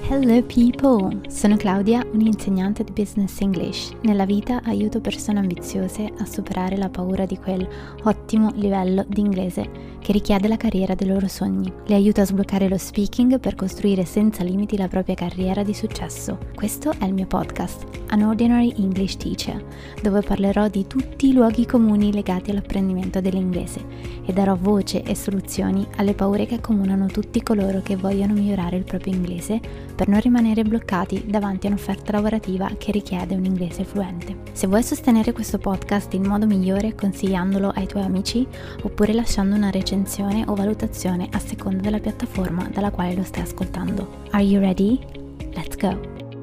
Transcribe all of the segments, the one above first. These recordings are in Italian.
Hello people! Sono Claudia, un'insegnante di Business English. Nella vita aiuto persone ambiziose a superare la paura di quel ottimo livello di inglese che richiede la carriera dei loro sogni. Le aiuto a sbloccare lo speaking per costruire senza limiti la propria carriera di successo. Questo è il mio podcast, An Ordinary English Teacher, dove parlerò di tutti i luoghi comuni legati all'apprendimento dell'inglese e darò voce e soluzioni alle paure che accomunano tutti coloro che vogliono migliorare il proprio inglese per non rimanere bloccati davanti a un'offerta lavorativa che richiede un inglese fluente. Se vuoi sostenere questo podcast in modo migliore consigliandolo ai tuoi amici oppure lasciando una recensione o valutazione a seconda della piattaforma dalla quale lo stai ascoltando. Are you ready? Let's go!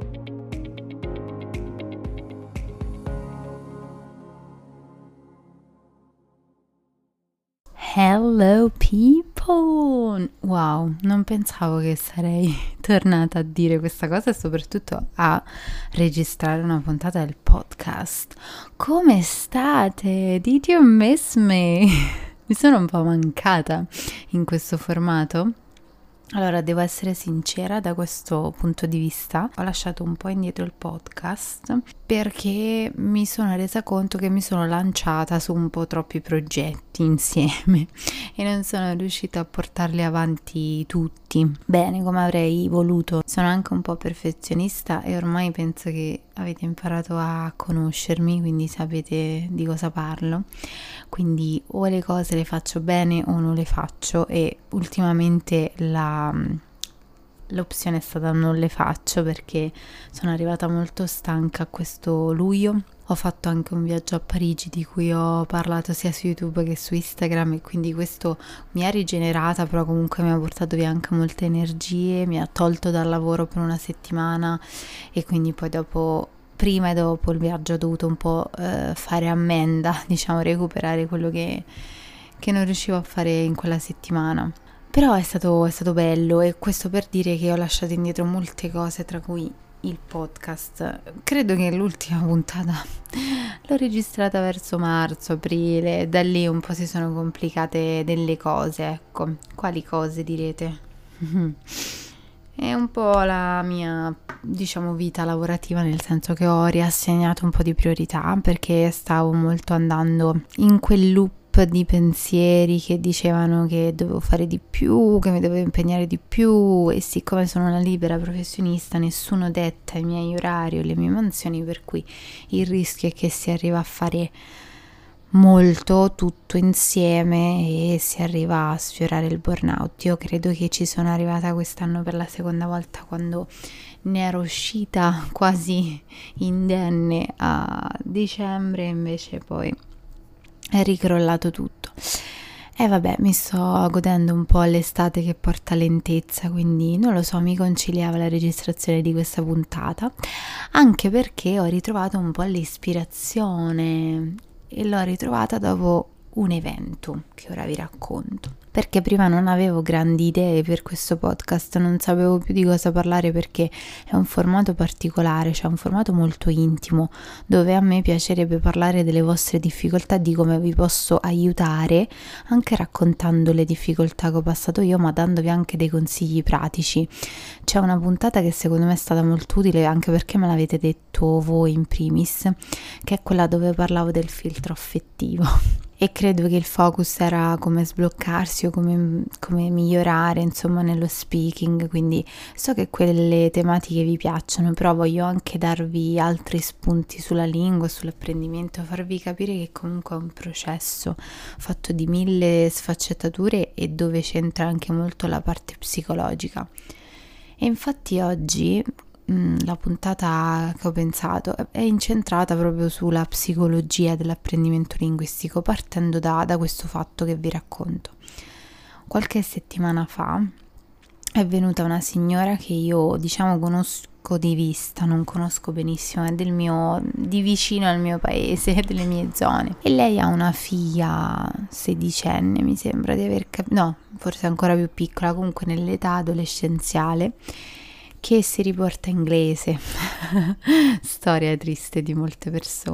Hello people! Wow, non pensavo che sarei tornata a dire questa cosa e soprattutto a registrare una puntata del podcast. Come state? Did you miss me? Mi sono un po' mancata in questo formato. Allora, devo essere sincera, da questo punto di vista ho lasciato un po' indietro il podcast perché mi sono resa conto che mi sono lanciata su un po' troppi progetti insieme e non sono riuscita a portarli avanti tutti bene come avrei voluto. Sono anche un po' perfezionista e ormai penso che avete imparato a conoscermi, quindi sapete di cosa parlo. Quindi o le cose le faccio bene o non le faccio, e ultimamente l'opzione è stata non le faccio perché sono arrivata molto stanca a questo luglio. Ho fatto anche un viaggio a Parigi di cui ho parlato sia su YouTube che su Instagram e quindi questo mi ha rigenerata, però comunque mi ha portato via anche molte energie, mi ha tolto dal lavoro per una settimana e quindi poi prima e dopo il viaggio ho dovuto un po' fare ammenda, diciamo recuperare quello che non riuscivo a fare in quella settimana. Però è stato bello, e questo per dire che ho lasciato indietro molte cose, tra cui il podcast. Credo che l'ultima puntata l'ho registrata verso marzo, aprile, da lì un po' si sono complicate delle cose, ecco. Quali cose direte? È un po' la mia, diciamo, vita lavorativa, nel senso che ho riassegnato un po' di priorità perché stavo molto andando in quel loop di pensieri che dicevano che dovevo fare di più, che mi dovevo impegnare di più, e siccome sono una libera professionista nessuno detta i miei orari o le mie mansioni, per cui il rischio è che si arriva a fare molto tutto insieme e si arriva a sfiorare il burnout. Io credo che ci sono arrivata quest'anno per la seconda volta, quando ne ero uscita quasi indenne a dicembre, invece poi è ricrollato tutto. E vabbè, mi sto godendo un po' l'estate che porta lentezza, quindi non lo so, mi conciliava la registrazione di questa puntata, anche perché ho ritrovato un po' l'ispirazione e l'ho ritrovata dopo un evento che ora vi racconto. Perché prima non avevo grandi idee per questo podcast, non sapevo più di cosa parlare perché è un formato particolare, cioè un formato molto intimo, dove a me piacerebbe parlare delle vostre difficoltà, di come vi posso aiutare, anche raccontando le difficoltà che ho passato io, ma dandovi anche dei consigli pratici. C'è una puntata che secondo me è stata molto utile, anche perché me l'avete detto voi in primis, che è quella dove parlavo del filtro affettivo. E credo che il focus era come sbloccarsi o come migliorare, insomma, nello speaking, quindi so che quelle tematiche vi piacciono, però voglio anche darvi altri spunti sulla lingua, sull'apprendimento, farvi capire che comunque è un processo fatto di 1000 sfaccettature e dove c'entra anche molto la parte psicologica. E infatti oggi la puntata che ho pensato è incentrata proprio sulla psicologia dell'apprendimento linguistico, partendo da questo fatto che vi racconto. Qualche settimana fa è venuta una signora che io, diciamo, conosco di vista, non conosco benissimo, è di vicino al mio paese, delle mie zone, e lei ha una figlia sedicenne, mi sembra di aver capito, no, forse ancora più piccola, comunque nell'età adolescenziale, che si riporta inglese. Storia triste di molte persone.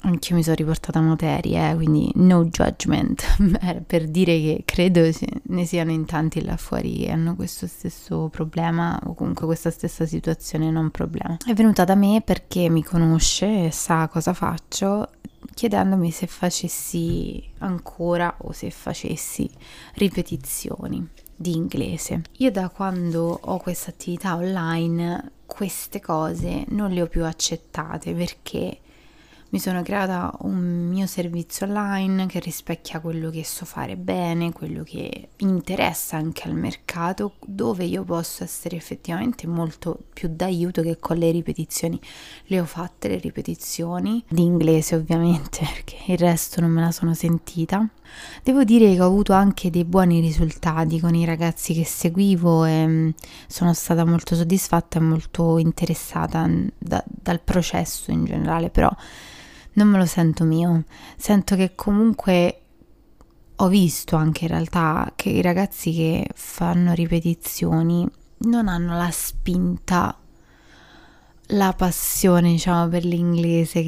anch'io mi sono riportata a materie, quindi no judgment, per dire che credo ne siano in tanti là fuori che hanno questo stesso problema o comunque questa stessa situazione, non problema. È venuta da me perché mi conosce e sa cosa faccio, chiedendomi se facessi ancora o se facessi ripetizioni di inglese. Io da quando ho questa attività online queste cose non le ho più accettate perché mi sono creata un mio servizio online che rispecchia quello che so fare bene, quello che interessa anche al mercato, dove io posso essere effettivamente molto più d'aiuto che con le ripetizioni. Le ho fatte le ripetizioni di inglese ovviamente, perché il resto non me la sono sentita. Devo dire che ho avuto anche dei buoni risultati con i ragazzi che seguivo e sono stata molto soddisfatta e molto interessata dal processo in generale, però non me lo sento mio, sento che comunque ho visto anche in realtà che i ragazzi che fanno ripetizioni non hanno la spinta, la passione, diciamo, per l'inglese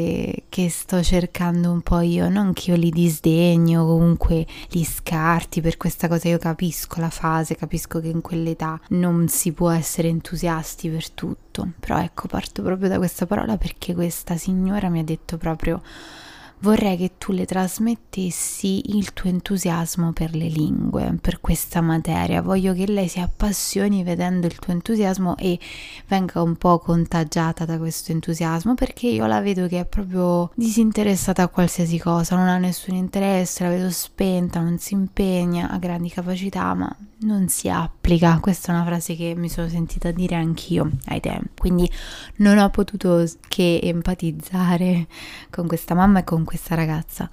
che sto cercando un po' io. Non che io li disdegno, comunque li scarti per questa cosa. Io capisco la fase, capisco che in quell'età non si può essere entusiasti per tutto, però ecco, parto proprio da questa parola perché questa signora mi ha detto proprio: vorrei che tu le trasmettessi il tuo entusiasmo per le lingue, per questa materia. Voglio che lei si appassioni vedendo il tuo entusiasmo e venga un po' contagiata da questo entusiasmo, perché io la vedo che è proprio disinteressata a qualsiasi cosa, non ha nessun interesse, la vedo spenta, non si impegna, ha grandi capacità, ma non si applica. Questa è una frase che mi sono sentita dire anch'io ai tempi, quindi non ho potuto che empatizzare con questa mamma e con questa ragazza.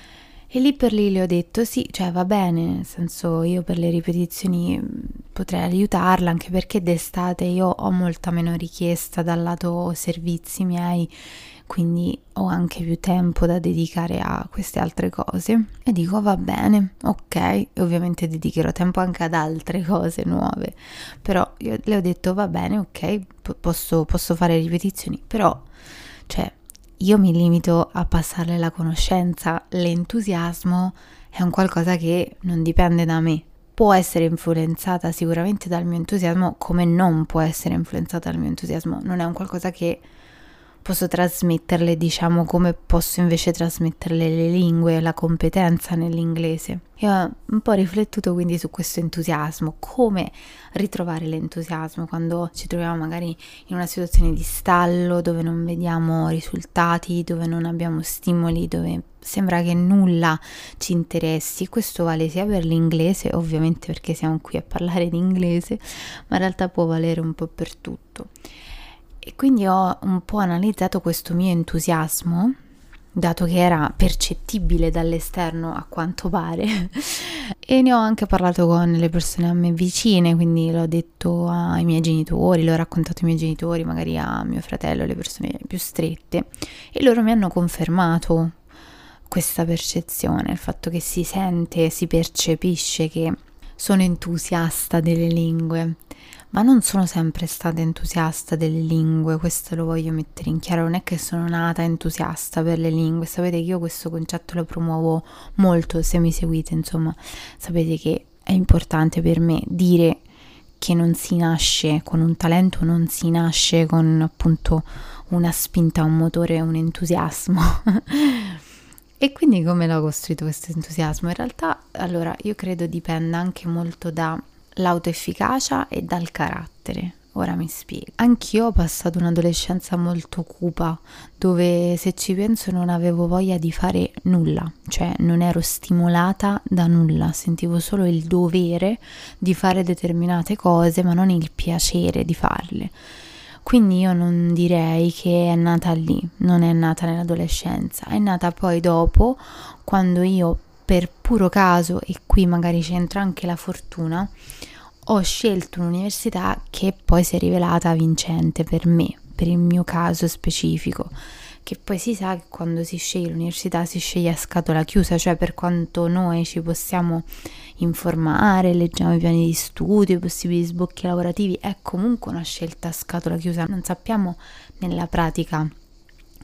E lì per lì le ho detto sì, cioè va bene, nel senso, io per le ripetizioni potrei aiutarla, anche perché d'estate io ho molta meno richiesta dal lato servizi miei, quindi ho anche più tempo da dedicare a queste altre cose. E dico va bene, ok, e ovviamente dedicherò tempo anche ad altre cose nuove, però io le ho detto va bene, ok, posso fare ripetizioni, però cioè io mi limito a passarle la conoscenza. L'entusiasmo è un qualcosa che non dipende da me. Può essere influenzata sicuramente dal mio entusiasmo, come non può essere influenzata dal mio entusiasmo. Non è un qualcosa che posso trasmetterle, diciamo, come posso invece trasmetterle le lingue, la competenza nell'inglese. E ho un po' riflettuto quindi su questo entusiasmo, come ritrovare l'entusiasmo quando ci troviamo magari in una situazione di stallo, dove non vediamo risultati, dove non abbiamo stimoli, dove sembra che nulla ci interessi. Questo vale sia per l'inglese, ovviamente perché siamo qui a parlare di inglese, ma in realtà può valere un po' per tutto. E quindi ho un po' analizzato questo mio entusiasmo, dato che era percettibile dall'esterno a quanto pare, e ne ho anche parlato con le persone a me vicine, quindi l'ho detto ai miei genitori, l'ho raccontato ai miei genitori, magari a mio fratello, le persone più strette, e loro mi hanno confermato questa percezione, il fatto che si sente, si percepisce che sono entusiasta delle lingue. Ma non sono sempre stata entusiasta delle lingue, questo lo voglio mettere in chiaro, non è che sono nata entusiasta per le lingue. Sapete che io questo concetto lo promuovo molto, se mi seguite, insomma, sapete che è importante per me dire che non si nasce con un talento, non si nasce con appunto una spinta, un motore, un entusiasmo. E quindi come l'ho costruito questo entusiasmo? In realtà, allora, io credo dipenda anche molto dall'autoefficacia e dal carattere. Ora mi spiego. Anch'io ho passato un'adolescenza molto cupa, dove se ci penso non avevo voglia di fare nulla, cioè non ero stimolata da nulla, sentivo solo il dovere di fare determinate cose, ma non il piacere di farle. Quindi io non direi che è nata lì, non è nata nell'adolescenza, è nata poi dopo, quando io per puro caso, e qui magari c'entra anche la fortuna, ho scelto un'università che poi si è rivelata vincente per me, per il mio caso specifico, che poi si sa che quando si sceglie l'università si sceglie a scatola chiusa, cioè per quanto noi ci possiamo informare, leggiamo i piani di studio, i possibili sbocchi lavorativi, è comunque una scelta a scatola chiusa, non sappiamo nella pratica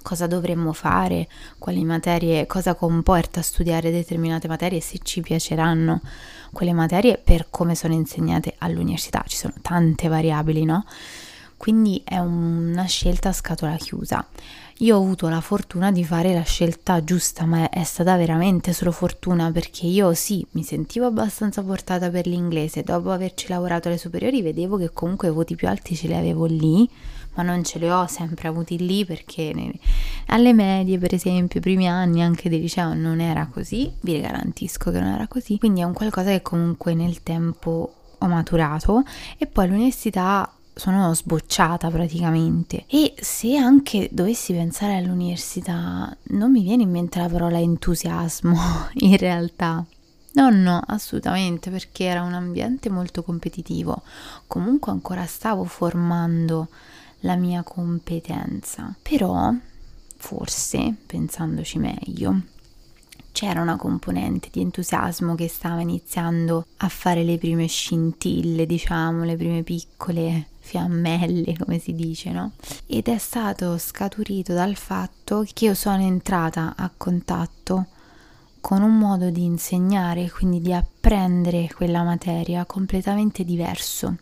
cosa dovremmo fare, quali materie, cosa comporta studiare determinate materie, se ci piaceranno quelle materie per come sono insegnate all'università. Ci sono tante variabili, no? Quindi è una scelta a scatola chiusa. Io ho avuto la fortuna di fare la scelta giusta, ma è stata veramente solo fortuna, perché io sì, mi sentivo abbastanza portata per l'inglese. Dopo averci lavorato alle superiori vedevo che comunque i voti più alti ce li avevo lì, ma non ce li ho sempre avuti lì, perché alle medie, per esempio, i primi anni anche del liceo non era così, vi garantisco che non era così. Quindi è un qualcosa che comunque nel tempo ho maturato, e poi all'università sono sbocciata praticamente. E se anche dovessi pensare all'università, non mi viene in mente la parola entusiasmo in realtà. No, assolutamente, perché era un ambiente molto competitivo. Comunque ancora stavo formando la mia competenza, però forse, pensandoci meglio, c'era una componente di entusiasmo che stava iniziando a fare le prime scintille, diciamo, le prime piccole fiammelle, come si dice, no? Ed è stato scaturito dal fatto che io sono entrata a contatto con un modo di insegnare, quindi di apprendere quella materia completamente diverso,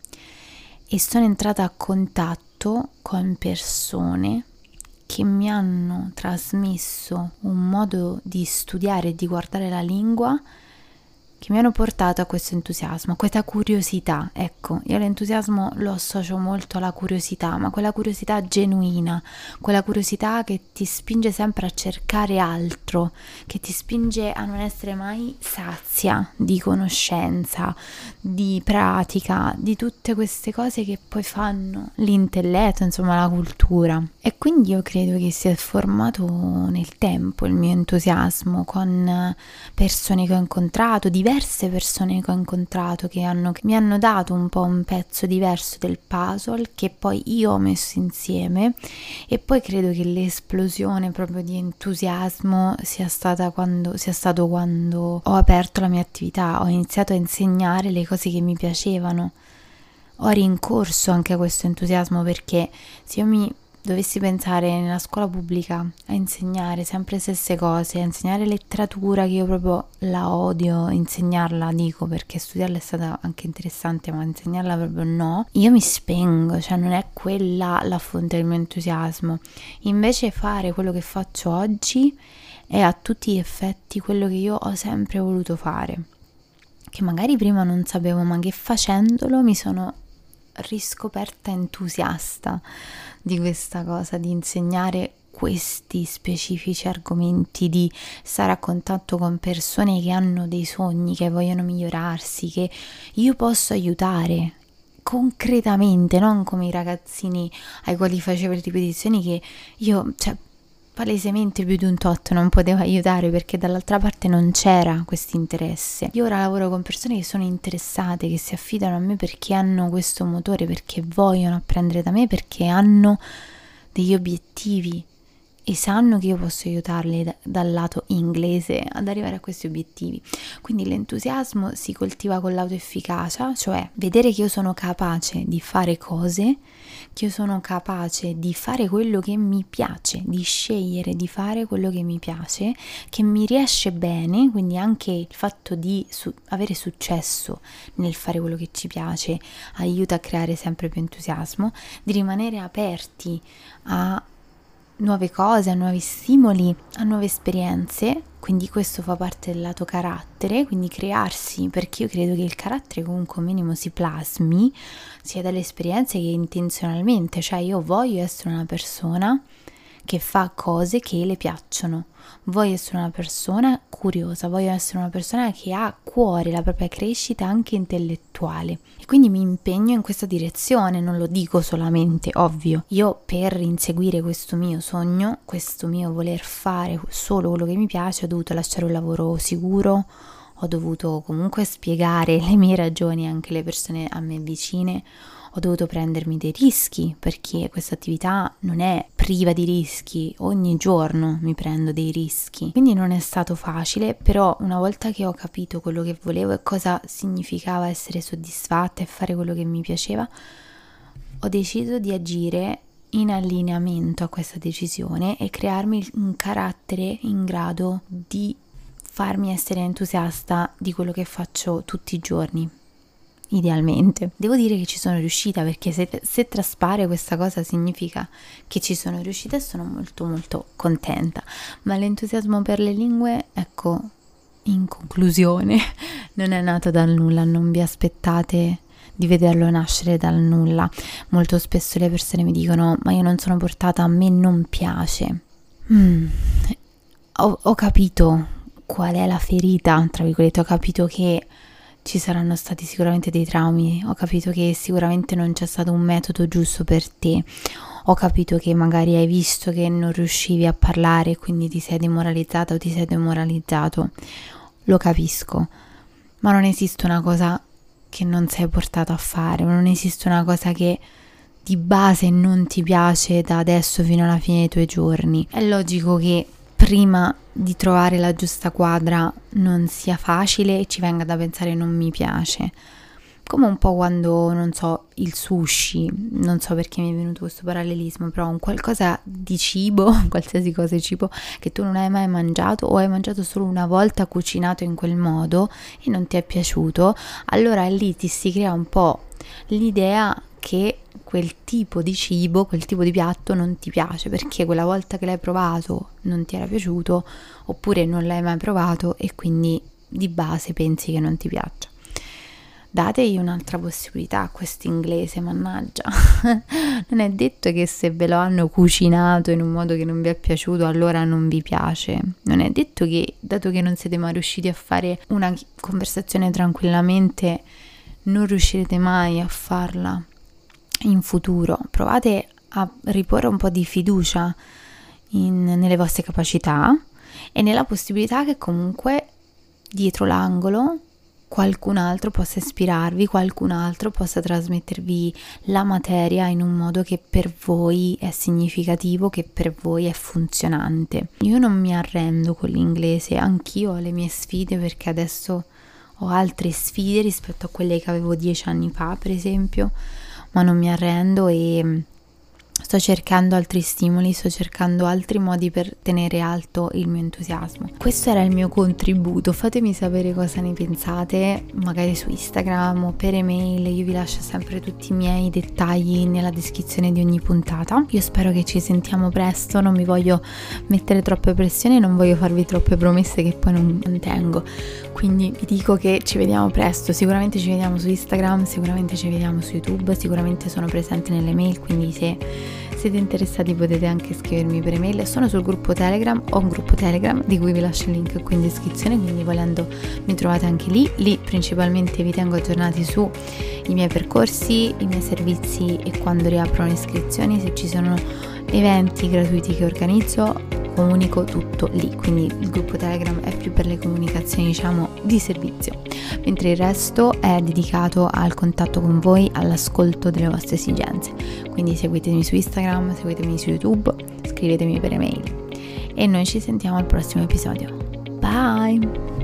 e sono entrata a contatto con persone che mi hanno trasmesso un modo di studiare e di guardare la lingua che mi hanno portato a questo entusiasmo, a questa curiosità. Ecco, io l'entusiasmo lo associo molto alla curiosità, ma quella curiosità genuina, quella curiosità che ti spinge sempre a cercare altro, che ti spinge a non essere mai sazia di conoscenza, di pratica, di tutte queste cose che poi fanno l'intelletto, insomma la cultura. E quindi io credo che sia formato nel tempo il mio entusiasmo, con persone che ho incontrato, diverse persone che ho incontrato che mi hanno dato un po' un pezzo diverso del puzzle che poi io ho messo insieme. E poi credo che l'esplosione proprio di entusiasmo sia stato quando ho aperto la mia attività, ho iniziato a insegnare le cose che mi piacevano, ho rincorso anche questo entusiasmo, perché se io mi dovessi pensare nella scuola pubblica a insegnare sempre le stesse cose, a insegnare letteratura, che io proprio la odio, insegnarla dico, perché studiarla è stata anche interessante, ma insegnarla proprio no, io mi spengo, cioè non è quella la fonte del mio entusiasmo. Invece fare quello che faccio oggi è a tutti gli effetti quello che io ho sempre voluto fare, che magari prima non sapevo, ma che facendolo mi sono riscoperta entusiasta di questa cosa, di insegnare questi specifici argomenti, di stare a contatto con persone che hanno dei sogni, che vogliono migliorarsi, che io posso aiutare concretamente, non come i ragazzini ai quali facevo le ripetizioni, che io, cioè, palesemente più di un tot non potevo aiutare, perché dall'altra parte non c'era questo interesse. Io ora lavoro con persone che sono interessate, che si affidano a me perché hanno questo motore, perché vogliono apprendere da me, perché hanno degli obiettivi e sanno che io posso aiutarli dal lato inglese ad arrivare a questi obiettivi. Quindi l'entusiasmo si coltiva con l'autoefficacia, cioè vedere che io sono capace di fare cose, che io sono capace di fare quello che mi piace, di scegliere di fare quello che mi piace, che mi riesce bene. Quindi anche il fatto di avere successo nel fare quello che ci piace aiuta a creare sempre più entusiasmo, di rimanere aperti a nuove cose, a nuovi stimoli, a nuove esperienze. Quindi questo fa parte del lato carattere, quindi crearsi, perché io credo che il carattere comunque minimo si plasmi sia dalle esperienze che intenzionalmente, cioè io voglio essere una persona che fa cose che le piacciono, voglio essere una persona curiosa, voglio essere una persona che ha a cuore la propria crescita anche intellettuale, e quindi mi impegno in questa direzione. Non lo dico solamente, ovvio, io per inseguire questo mio sogno, questo mio voler fare solo quello che mi piace, ho dovuto lasciare un lavoro sicuro, ho dovuto comunque spiegare le mie ragioni anche alle persone a me vicine, ho dovuto prendermi dei rischi, perché questa attività non è priva di rischi, ogni giorno mi prendo dei rischi, quindi non è stato facile. Però una volta che ho capito quello che volevo e cosa significava essere soddisfatta e fare quello che mi piaceva, ho deciso di agire in allineamento a questa decisione e crearmi un carattere in grado di farmi essere entusiasta di quello che faccio tutti i giorni, idealmente. Devo dire che ci sono riuscita, perché se traspare questa cosa significa che ci sono riuscita e sono molto molto contenta. Ma l'entusiasmo per le lingue, ecco, in conclusione, non è nato dal nulla, non vi aspettate di vederlo nascere dal nulla. Molto spesso le persone mi dicono: ma io non sono portata, a me non piace. Ho capito qual è la ferita, tra virgolette, ho capito che ci saranno stati sicuramente dei traumi, ho capito che sicuramente non c'è stato un metodo giusto per te, ho capito che magari hai visto che non riuscivi a parlare, quindi ti sei demoralizzata o ti sei demoralizzato, lo capisco, ma non esiste una cosa che non sei portato a fare, non esiste una cosa che di base non ti piace da adesso fino alla fine dei tuoi giorni. È logico che prima di trovare la giusta quadra non sia facile e ci venga da pensare non mi piace, come un po' quando, non so, il sushi, non so perché mi è venuto questo parallelismo, però un qualcosa di cibo, qualsiasi cosa di cibo che tu non hai mai mangiato o hai mangiato solo una volta cucinato in quel modo e non ti è piaciuto, allora lì ti si crea un po' l'idea che quel tipo di cibo, quel tipo di piatto non ti piace perché quella volta che l'hai provato non ti era piaciuto, oppure non l'hai mai provato e quindi di base pensi che non ti piaccia. Dategli un'altra possibilità a questo inglese, mannaggia. Non è detto che se ve lo hanno cucinato in un modo che non vi è piaciuto allora non vi piace. Non è detto che, dato che non siete mai riusciti a fare una conversazione tranquillamente, non riuscirete mai a farla in futuro. Provate a riporre un po' di fiducia nelle vostre capacità e nella possibilità che comunque dietro l'angolo qualcun altro possa ispirarvi, qualcun altro possa trasmettervi la materia in un modo che per voi è significativo, che per voi è funzionante. Io non mi arrendo con l'inglese, anch'io ho le mie sfide, perché adesso ho altre sfide rispetto a quelle che avevo 10 anni fa, per esempio, ma non mi arrendo e sto cercando altri stimoli, sto cercando altri modi per tenere alto il mio entusiasmo. Questo era il mio contributo, fatemi sapere cosa ne pensate, magari su Instagram o per email, io vi lascio sempre tutti i miei dettagli nella descrizione di ogni puntata. Io spero che ci sentiamo presto, non mi voglio mettere troppe pressioni, non voglio farvi troppe promesse che poi non mantengo, quindi vi dico che ci vediamo presto, sicuramente ci vediamo su Instagram, sicuramente ci vediamo su YouTube, sicuramente sono presente nelle mail, quindi se siete interessati potete anche scrivermi per email. Sono sul gruppo Telegram, ho un gruppo Telegram di cui vi lascio il link qui in descrizione, quindi volendo mi trovate anche lì. Lì principalmente vi tengo aggiornati su i miei percorsi, i miei servizi e quando riaprono le iscrizioni, se ci sono eventi gratuiti che organizzo, comunico tutto lì, quindi il gruppo Telegram è più per le comunicazioni, diciamo, di servizio, mentre il resto è dedicato al contatto con voi, all'ascolto delle vostre esigenze. Quindi seguitemi su Instagram, seguitemi su YouTube, scrivetemi per email e noi ci sentiamo al prossimo episodio. Bye!